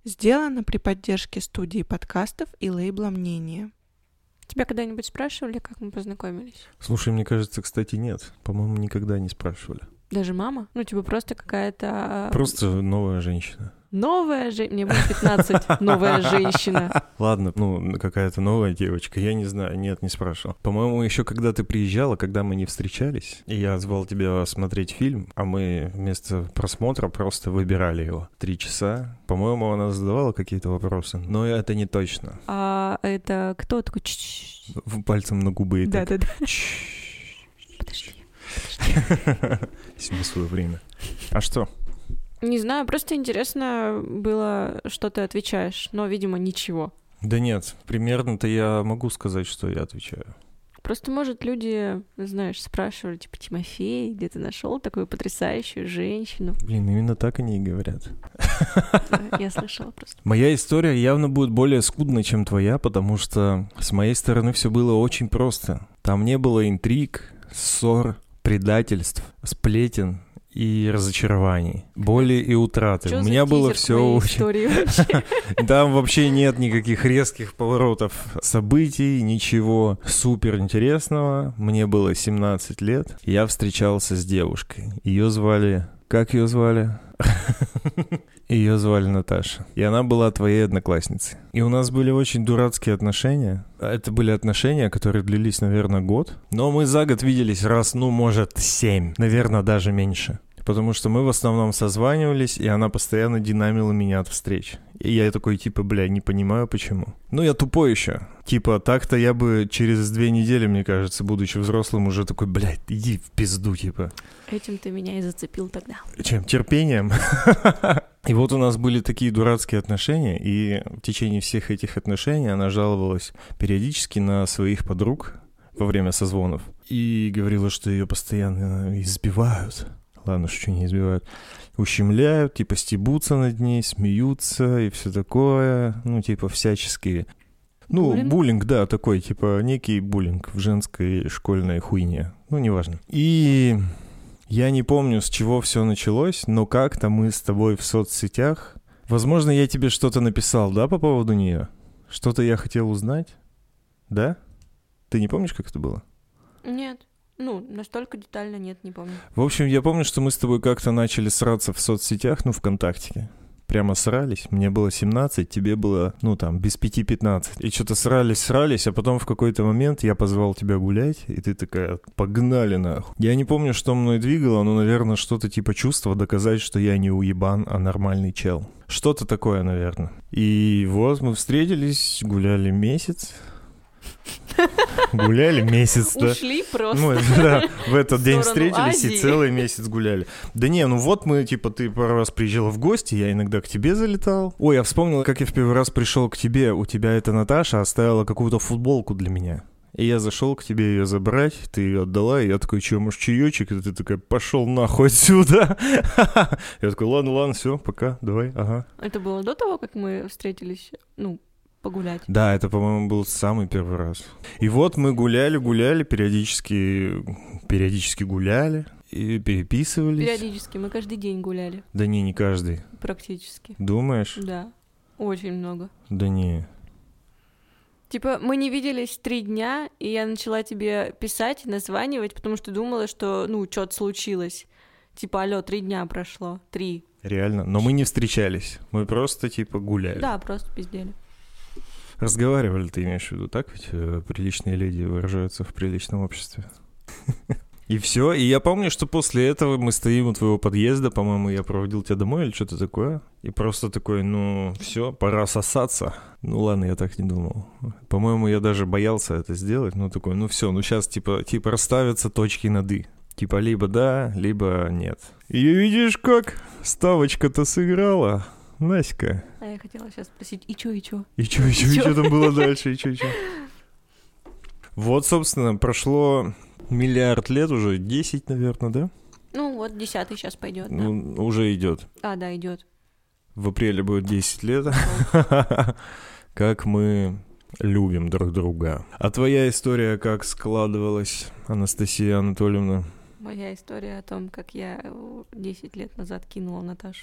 Сделано при поддержке студии подкастов и лейбла «Мнение». Тебя когда-нибудь спрашивали, как мы познакомились? Слушай, мне кажется, кстати, нет. По-моему, никогда не спрашивали. Даже мама? Ну, типа просто какая-то... Просто новая женщина. Новая женщина? Мне было 15. Новая женщина. Ладно, какая-то новая девочка. Я не знаю, нет, не спрашивал. По-моему, еще когда ты приезжала, когда мы не встречались, и я звал тебя смотреть фильм, а мы вместо просмотра просто выбирали его. 3 часа. По-моему, она задавала какие-то вопросы, но это не точно. А это кто такой? Пальцем на губы и так. Да-да-да. Подожди. Всему свое время. А что? Не знаю, просто интересно было, что ты отвечаешь, но, видимо, ничего. Да нет, примерно-то я могу сказать, что я отвечаю. Просто, может, люди, знаешь, спрашивали, типа, Тимофей, где ты нашел такую потрясающую женщину? Блин, именно так они и говорят. Да, я слышала просто. Моя история явно будет более скудной, чем твоя, потому что с моей стороны все было очень просто. Там не было интриг, ссор, предательств, сплетен и разочарований, боли и утраты. Чё У меня за было тизер все твоей очень... истории вообще? Там вообще нет никаких резких поворотов событий, ничего супер интересного. Мне было 17 лет. Я встречался с девушкой. Ее звали... Как ее звали? Ее звали Наташа. И она была твоей одноклассницей. И у нас были очень дурацкие отношения. Это были отношения, которые длились, наверное, год. Но мы за год виделись раз, может, 7. Наверное, даже меньше. Потому что мы в основном созванивались, и она постоянно динамила меня от встреч. И я такой, не понимаю, почему. Я тупой еще. Так-то я бы через 2 недели, мне кажется, будучи взрослым, уже такой, иди в пизду, Этим ты меня и зацепил тогда. Чем? Терпением. И вот у нас были такие дурацкие отношения, и в течение всех этих отношений она жаловалась периодически на своих подруг во время созвонов. И говорила, что ее постоянно избивают. Ладно, что не избивают. Ущемляют, стебутся над ней, смеются и все такое. Всяческие. Буллинг, да, такой, некий буллинг в женской школьной хуйне. Неважно. И я не помню, с чего все началось, но как-то мы с тобой в соцсетях... Возможно, я тебе что-то написал, да, по поводу нее? Что-то я хотел узнать? Да? Ты не помнишь, как это было? Нет. Настолько детально нет, не помню. В общем, я помню, что мы с тобой как-то начали сраться в соцсетях, ВКонтактике. Прямо срались. Мне было 17, тебе было, без 5-15. И что-то срались, а потом в какой-то момент я позвал тебя гулять, и ты такая, погнали нахуй. Я не помню, что мной двигало, но, наверное, что-то чувства доказать, что я не уебан, а нормальный чел. Что-то такое, наверное. И вот мы встретились, гуляли месяц. Гуляли месяц, да. Ушли просто. Да, в этот день встретились Азии. И целый месяц гуляли. Да не, мы, ты пару раз приезжала в гости, я иногда к тебе залетал. Ой, я вспомнил, как я в первый раз пришел к тебе. У тебя эта Наташа оставила какую-то футболку для меня. И я зашел к тебе ее забрать, ты ее отдала, и я такой, может, чаечек? И ты такая, пошел нахуй отсюда. Я такой, ладно, все, пока, давай, ага. Это было до того, как мы встретились, погулять. Да, это, по-моему, был самый первый раз. И вот мы гуляли, периодически гуляли и переписывались. Периодически, мы каждый день гуляли. Да не каждый. Практически. Думаешь? Да, очень много. Да не. Мы не виделись 3 дня, и я начала тебе писать, названивать, потому что думала, что, что-то случилось. Алло, 3 дня прошло, 3. Реально? Но мы не встречались, мы просто, гуляли. Да, просто пиздели. Разговаривали, ты имеешь в виду, так ведь? Приличные леди выражаются в приличном обществе. И все. И я помню, что после этого мы стоим у твоего подъезда, по-моему, я проводил тебя домой или что-то такое. И просто такой, все, пора сосаться. Ладно, я так не думал. По-моему, я даже боялся это сделать. Такой, все, сейчас, расставятся точки над «и». Либо да, либо нет. И видишь как? Ставочка-то сыграла. Наська. А я хотела сейчас спросить, и чё? И чё там было дальше, и чё? Вот, собственно, прошло миллиард лет уже, 10, наверное, да? 10-й сейчас пойдет, да. Уже идет. Да, идет. В апреле будет 10 лет. Как мы любим друг друга. А твоя история как складывалась, Анастасия Анатольевна? Моя история о том, как я 10 лет назад кинула Наташу.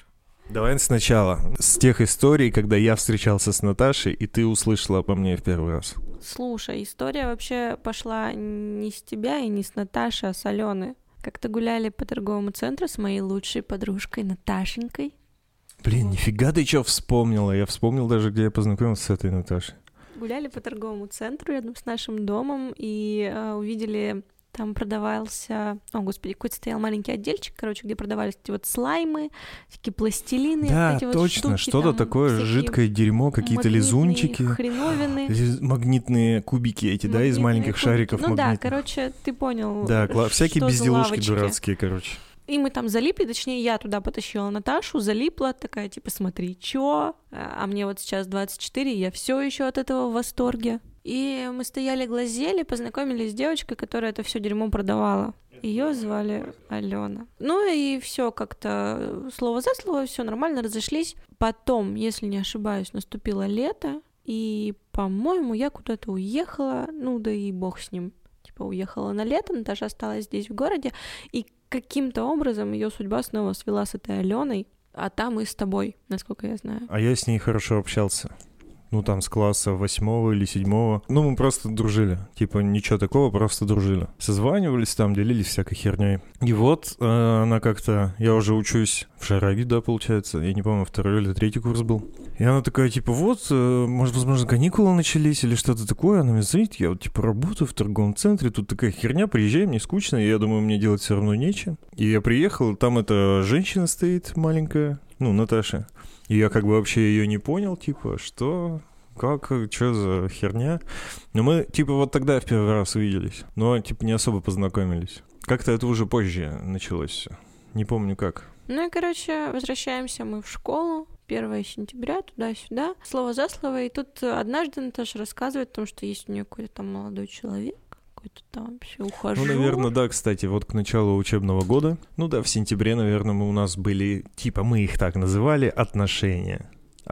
Давай сначала. С тех историй, когда я встречался с Наташей, и ты услышала обо мне в первый раз. Слушай, история вообще пошла не с тебя и не с Наташи, а с Алены. Как-то гуляли по торговому центру с моей лучшей подружкой Наташенькой. Блин, нифига ты что вспомнила. Я вспомнил даже, где я познакомился с этой Наташей. Гуляли по торговому центру рядом с нашим домом и увидели... Там продавался... О, господи, какой-то стоял маленький отдельчик, короче, где продавались эти вот слаймы, всякие пластилины. Да, вот эти вот точно, штуки, что-то там такое жидкое дерьмо, какие-то лизунчики. Хреновины. Магнитные кубики эти, да, из маленьких кубики. шариков Ну магнитных. да, короче, ты понял. Да, всякие что за безделушки лавочки. дурацкие, короче. И мы там залипли, точнее, я туда потащила Наташу, залипла, такая, типа, смотри, чё? А мне вот сейчас 24, и я все еще от этого в восторге. И мы стояли, глазели, познакомились с девочкой, которая это все дерьмо продавала. Ее звали Алена. Ну и все как-то слово за слово, все нормально, разошлись. Потом, если не ошибаюсь, наступило лето, и, по-моему, я куда-то уехала, ну да и бог с ним. Типа уехала на лето, Наташа осталась здесь в городе, и каким-то образом ее судьба снова свела с этой Аленой, а там и с тобой, насколько я знаю. А я с ней хорошо общался. Ну, там, с класса 8 или 7. Ну, мы просто дружили. Типа, ничего такого, просто дружили. Созванивались там, делились всякой херней. И вот она как-то... Я уже учусь в Шараге, да, получается. Я не помню, 2-й или 3-й курс был. И она такая, типа, вот, может, возможно, каникулы начались или что-то такое. Она мне звонит, я вот, типа, работаю в торговом центре, тут такая херня, приезжай, мне скучно. И я думаю, мне делать все равно нечего. И я приехал, там эта женщина стоит маленькая, ну, Наташа. И я как бы вообще ее не понял, типа, что, как, что за херня. Но мы, типа, вот тогда в первый раз увиделись, но, типа, не особо познакомились. Как-то это уже позже началось все. Не помню как. Ну и, короче, возвращаемся мы в школу. 1 сентября, туда-сюда. Слово за слово. И тут однажды Наташа рассказывает о том, что есть у нее какой-то там молодой человек. Какой-то там вообще ухажёр. Ну, наверное, да, кстати, вот к началу учебного года, ну да, в сентябре, наверное, у нас были, типа, мы их так называли, отношения.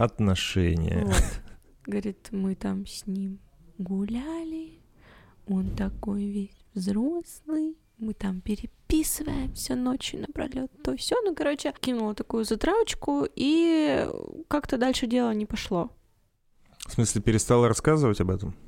Вот. Говорит, мы там с ним гуляли, он такой весь взрослый, мы там переписываемся ночью напролёт, то все, ну, короче, кинула такую затравочку, и как-то дальше дело не пошло. В смысле, перестала рассказывать об этом?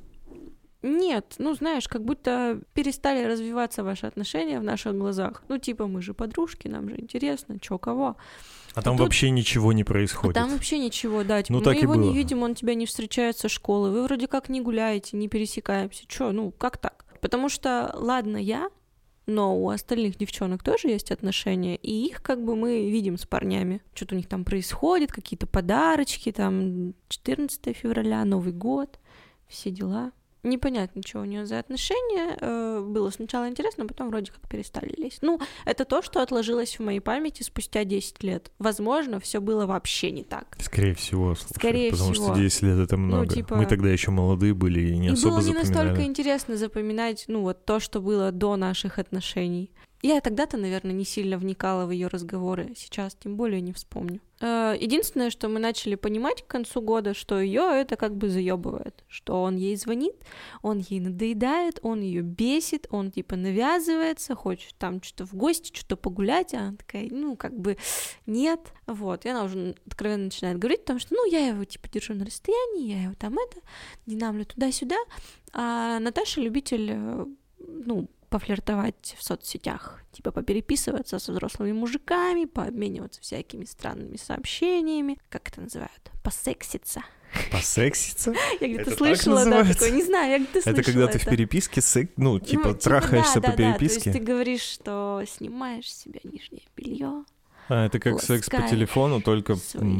Нет, ну, знаешь, как будто перестали развиваться ваши отношения в наших глазах. Ну, типа, мы же подружки, нам же интересно, чё, кого. А там тут вообще ничего не происходит. А там вообще ничего, да. Типа, ну, мы так его и было. не видим, он тебя не встречает со школы. Вы вроде как не гуляете, не пересекаемся. Чё, ну, как так? Потому что, ладно, я, но у остальных девчонок тоже есть отношения, и их как бы мы видим с парнями. Что-то у них там происходит, какие-то подарочки, там 14 февраля, Новый год, все дела. Непонятно, что у нее за отношения. Было сначала интересно, потом вроде как перестали лезть. Ну, это то, что отложилось в моей памяти спустя 10 лет. Возможно, все было вообще не так. Скорее всего, слушай, Скорее потому всего. что 10 лет это много. Ну, типа... Мы тогда еще молодые были и не особо было не запоминали. настолько интересно запоминать, ну, вот то, что было до наших отношений. Я тогда-то, наверное, не сильно вникала в ее разговоры, сейчас тем более не вспомню. Единственное, что мы начали понимать к концу года, что ее это как бы заебывает, что он ей звонит, он ей надоедает, он ее бесит, он типа навязывается, хочет там что-то в гости, что-то погулять, а она такая, ну, как бы нет, вот, и она уже откровенно начинает говорить о том, что, ну, я его типа держу на расстоянии, я его там динамлю туда-сюда, а Наташа любитель, ну, пофлиртовать в соцсетях, типа попереписываться со взрослыми мужиками, пообмениваться всякими странными сообщениями, как это называют, посекситься. Посекситься? Я где-то Это слышала, так да, называется? такое, не знаю, я где-то слышала. Это когда ты в переписке, ну, типа, трахаешься по переписке? То есть ты говоришь, что снимаешь с себя нижнее белье. А, это как секс по телефону, только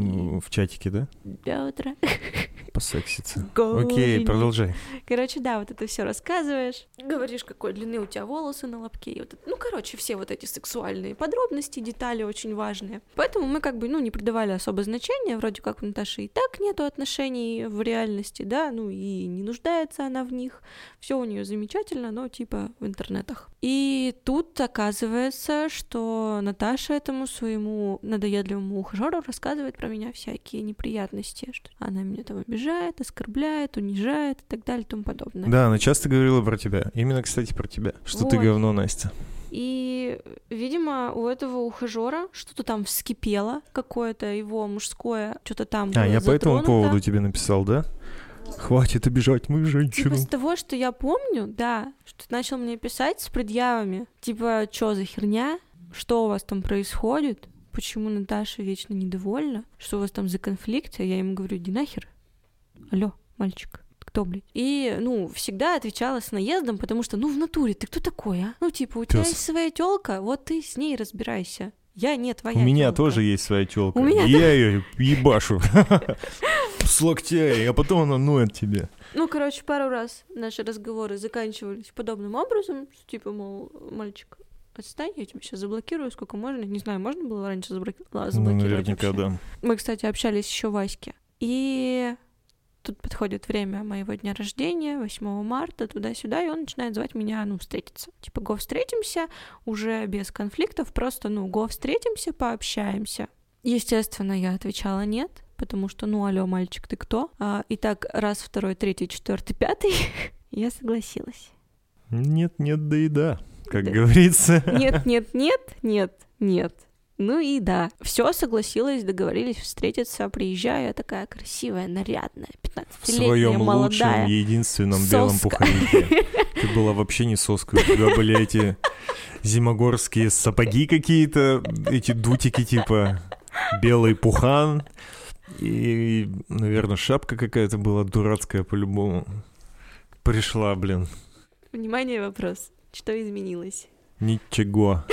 в чатике, да? Бедра. Посекситься. Окей, продолжай. Короче, да, вот это все рассказываешь, говоришь, какой длины у тебя волосы на лобке, и вот это, ну, короче, все вот эти сексуальные подробности, детали очень важные. Поэтому мы как бы, ну, не придавали особо значения, вроде как у Наташи и так нету отношений в реальности, да, ну, и не нуждается она в них, все у нее замечательно, но типа в интернетах. И тут оказывается, что Наташа этому своему надоедливому ухажеру рассказывает про меня всякие неприятности, что она меня там обижает, оскорбляет, унижает и так далее и тому подобное. Да, она часто говорила про тебя. Именно, кстати, про тебя. Что вот. Ты говно, Настя. И, видимо, у этого ухажера что-то там вскипело, какое-то его мужское, что-то там было я по этому затронуто. поводу тебе написал, да? Хватит обижать мою женщину. Типа с того, что я помню, да, что ты начал мне писать с предъявами. Типа, что за херня? Что у вас там происходит? Почему Наташа вечно недовольна? Что у вас там за конфликт? А я ему говорю, иди нахер. Алло, мальчик, кто, блядь? И, всегда отвечала с наездом, потому что, в натуре, ты кто такой, а? У тебя есть своя тёлка, вот ты с ней разбирайся. Я не твоя тёлка. У меня тоже есть своя тёлка. У меня я ее ебашу. С локтей, а потом она ноет тебе. Пару раз наши разговоры заканчивались подобным образом, что, типа, мол, мальчик, отстань, я тебя сейчас заблокирую, сколько можно. Не знаю, можно было раньше заблокировать Наверняка, вообще? да. Мы, кстати, общались еще в Аське. И тут подходит время моего дня рождения, 8 марта, туда-сюда, и он начинает звать меня, встретиться. Типа, го встретимся, уже без конфликтов, просто, го встретимся, пообщаемся. Естественно, я отвечала нет, потому что, алло, мальчик, ты кто? И так раз, второй, третий, четвертый, пятый, я согласилась. Нет, да и да, как говорится. Нет. Ну и да, все согласилась, договорились встретиться, приезжаю, я такая красивая, нарядная, 15-летняя, молодая. В своем лучшем, единственном белом пуховике. Ты была вообще не соска, у тебя были эти зимогорские сапоги какие-то, эти дутики типа белый пухан, и, наверное, шапка какая-то была дурацкая по-любому. Пришла, блин. Внимание, вопрос. Что изменилось? Ничего.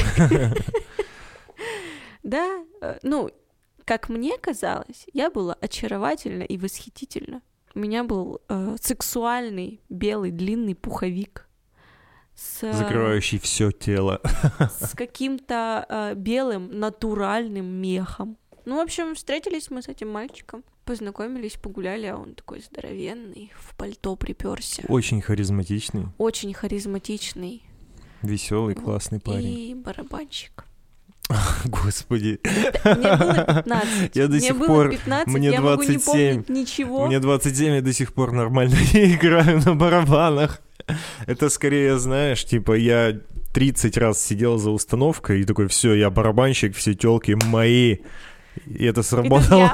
Да, как мне казалось, я была очаровательна и восхитительна. У меня был сексуальный белый длинный пуховик. Закрывающий все тело. С каким-то белым натуральным мехом. В общем, встретились мы с этим мальчиком, познакомились, погуляли, а он такой здоровенный, в пальто приперся. Очень харизматичный. Очень харизматичный. Веселый, классный парень. И барабанщик. Господи. Мне было 15. Я до сих пор... 15, мне 27. Я могу не помнить ничего. Мне 27, я до сих пор нормально не играю на барабанах. Это скорее, знаешь, типа я 30 раз сидел за установкой и такой, все, я барабанщик, все тёлки мои. И это сработало.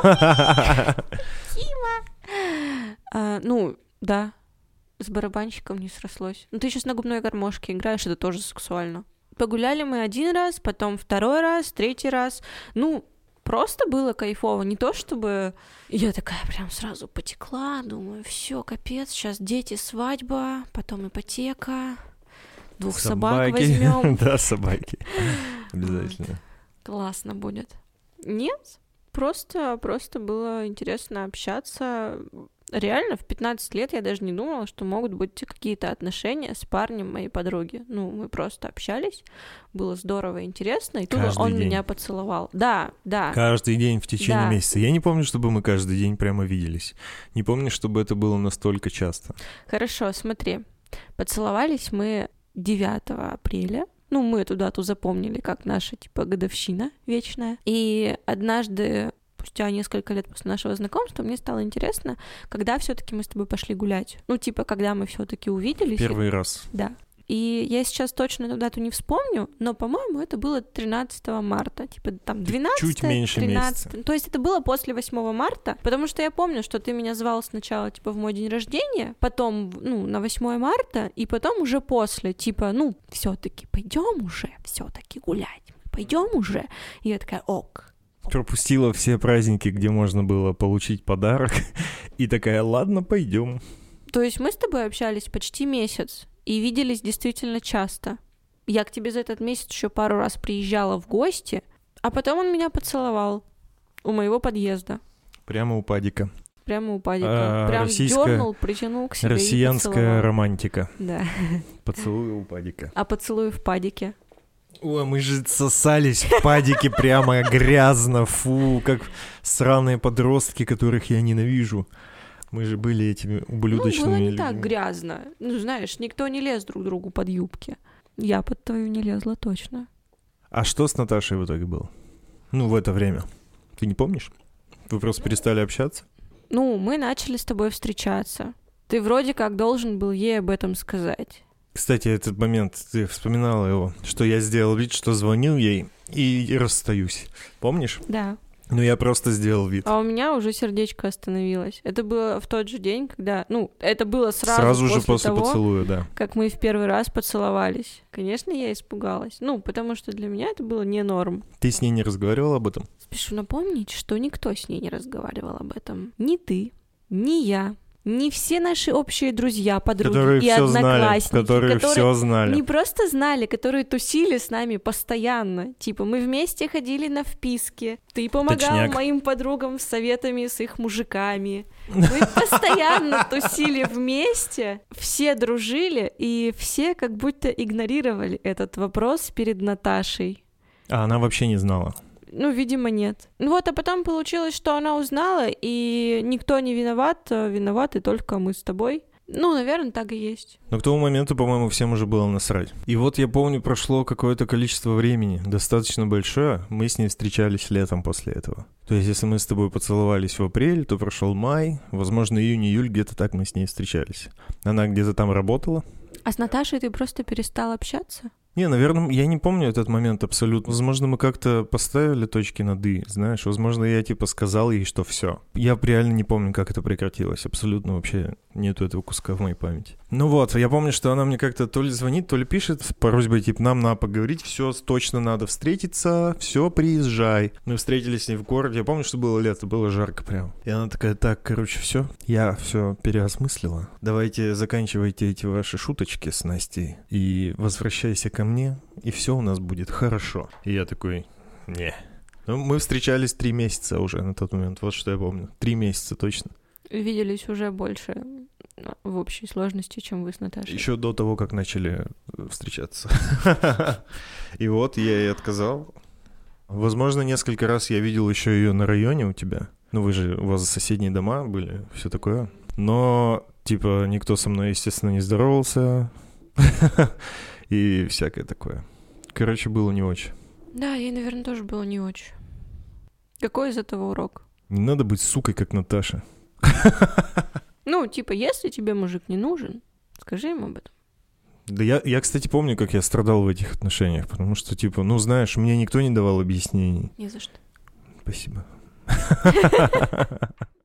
Да, с барабанщиком не срослось. Ты сейчас на губной гармошке играешь, это тоже сексуально. Погуляли мы один раз, потом второй раз, третий раз. Просто было кайфово. Не то чтобы я такая прям сразу потекла, думаю, все, капец, сейчас дети, свадьба, потом ипотека, 2 собак возьмем. Да, собаки. Обязательно. Классно будет. Нет, просто было интересно общаться. Реально, в 15 лет я даже не думала, что могут быть какие-то отношения с парнем моей подруги. Мы просто общались, было здорово и интересно, и тут он меня поцеловал. Да. Каждый день в течение месяца. Я не помню, чтобы мы каждый день прямо виделись. Не помню, чтобы это было настолько часто. Хорошо, смотри. Поцеловались мы 9 апреля. Мы эту дату запомнили как наша, годовщина вечная. И однажды, спустя несколько лет после нашего знакомства, мне стало интересно, когда все-таки мы с тобой пошли гулять. Когда мы все-таки увиделись. Первый раз. Да. И я сейчас точно эту дату не вспомню, но, по-моему, это было 13 марта, 12, чуть меньше 13. месяца. То есть это было после 8 марта, потому что я помню, что ты меня звал сначала, в мой день рождения, потом, на 8 марта, и потом уже после, все-таки пойдем уже, все-таки гулять, пойдем уже. И я такая, ок. Пропустила все праздники, где можно было получить подарок, и такая, ладно, пойдем. То есть мы с тобой общались почти месяц, и виделись действительно часто. Я к тебе за этот месяц еще пару раз приезжала в гости, а потом он меня поцеловал у моего подъезда. Прямо у падика. Прям дернул, притянул к себе. Россиянская романтика. Да. Поцелуй у падика. А поцелуй в падике? Ой, мы же сосались в падике прямо грязно, фу, как сраные подростки, которых я ненавижу. Мы же были этими ублюдочными было не людьми. так грязно. Знаешь, никто не лез друг другу под юбки. Я под твою не лезла точно. А что с Наташей в итоге было? В это время. Ты не помнишь? Вы просто перестали общаться? Мы начали с тобой встречаться. Ты вроде как должен был ей об этом сказать. Кстати, этот момент, ты вспоминала его, что я сделал вид, что звонил ей и расстаюсь. Помнишь? Да. Ну, я просто сделал вид. А у меня уже сердечко остановилось. Это было в тот же день, когда... Ну, это было сразу же после того, поцелуя, да. как мы в первый раз поцеловались. Конечно, я испугалась. Ну, потому что для меня это было не норм. Ты с ней не разговаривал об этом? Спешу напомнить, что никто с ней не разговаривал об этом. Ни ты, ни я, ни все наши общие друзья, подруги которые и одноклассники. Которые все знали. Не просто знали, которые тусили с нами постоянно. Типа, мы вместе ходили на вписки. Ты помогал Точняк. моим подругам с советами с их мужиками. Мы постоянно тусили вместе. Все дружили, и все как будто игнорировали этот вопрос перед Наташей. А она вообще не знала. Ну, видимо, нет. Ну вот, а потом получилось, что она узнала, и никто не виноват, виноваты только мы с тобой. Ну, наверное, так и есть. Но к тому моменту, по-моему, всем уже было насрать. И вот я помню, прошло какое-то количество времени, достаточно большое. Мы с ней встречались летом после этого. То есть, если мы с тобой поцеловались в апреле, то прошел май, возможно, июнь-июль, где-то так мы с ней встречались. Она где-то там работала. А с Наташей ты просто перестал общаться? Не, наверное, я не помню этот момент абсолютно. Возможно, мы как-то поставили точки над «и», знаешь. Возможно, я типа сказал ей, что все. Я реально не помню, как это прекратилось. Абсолютно вообще нету этого куска в моей памяти. Ну вот, я помню, что она мне как-то то ли звонит, то ли пишет с просьбой, типа, нам надо поговорить, все, точно надо встретиться, все, приезжай. Мы встретились с ней в городе. Я помню, что было лето, было жарко прям. И она такая: так, короче, все, я все переосмыслила. Давайте заканчивайте эти ваши шуточки с Настей и возвращайся ко мне, и все у нас будет хорошо. И я такой: не. Ну, мы встречались 3 месяца уже на тот момент, вот что я помню. 3 месяца точно. Виделись уже больше в общей сложности, чем вы с Наташей. Еще до того, как начали встречаться. И вот я ей отказал. Возможно, несколько раз я видел еще ее на районе у тебя. Ну, у вас соседние дома были, все такое. Но, типа, никто со мной, естественно, не здоровался. И всякое такое. Короче, было не очень. Да, ей, наверное, тоже было не очень. Какой из этого урок? Не надо быть сукой, как Наташа. Ну, типа, если тебе мужик не нужен, скажи ему об этом. Да я, кстати, помню, как я страдал в этих отношениях, потому что, типа, ну, знаешь, мне никто не давал объяснений. Не за что. Спасибо.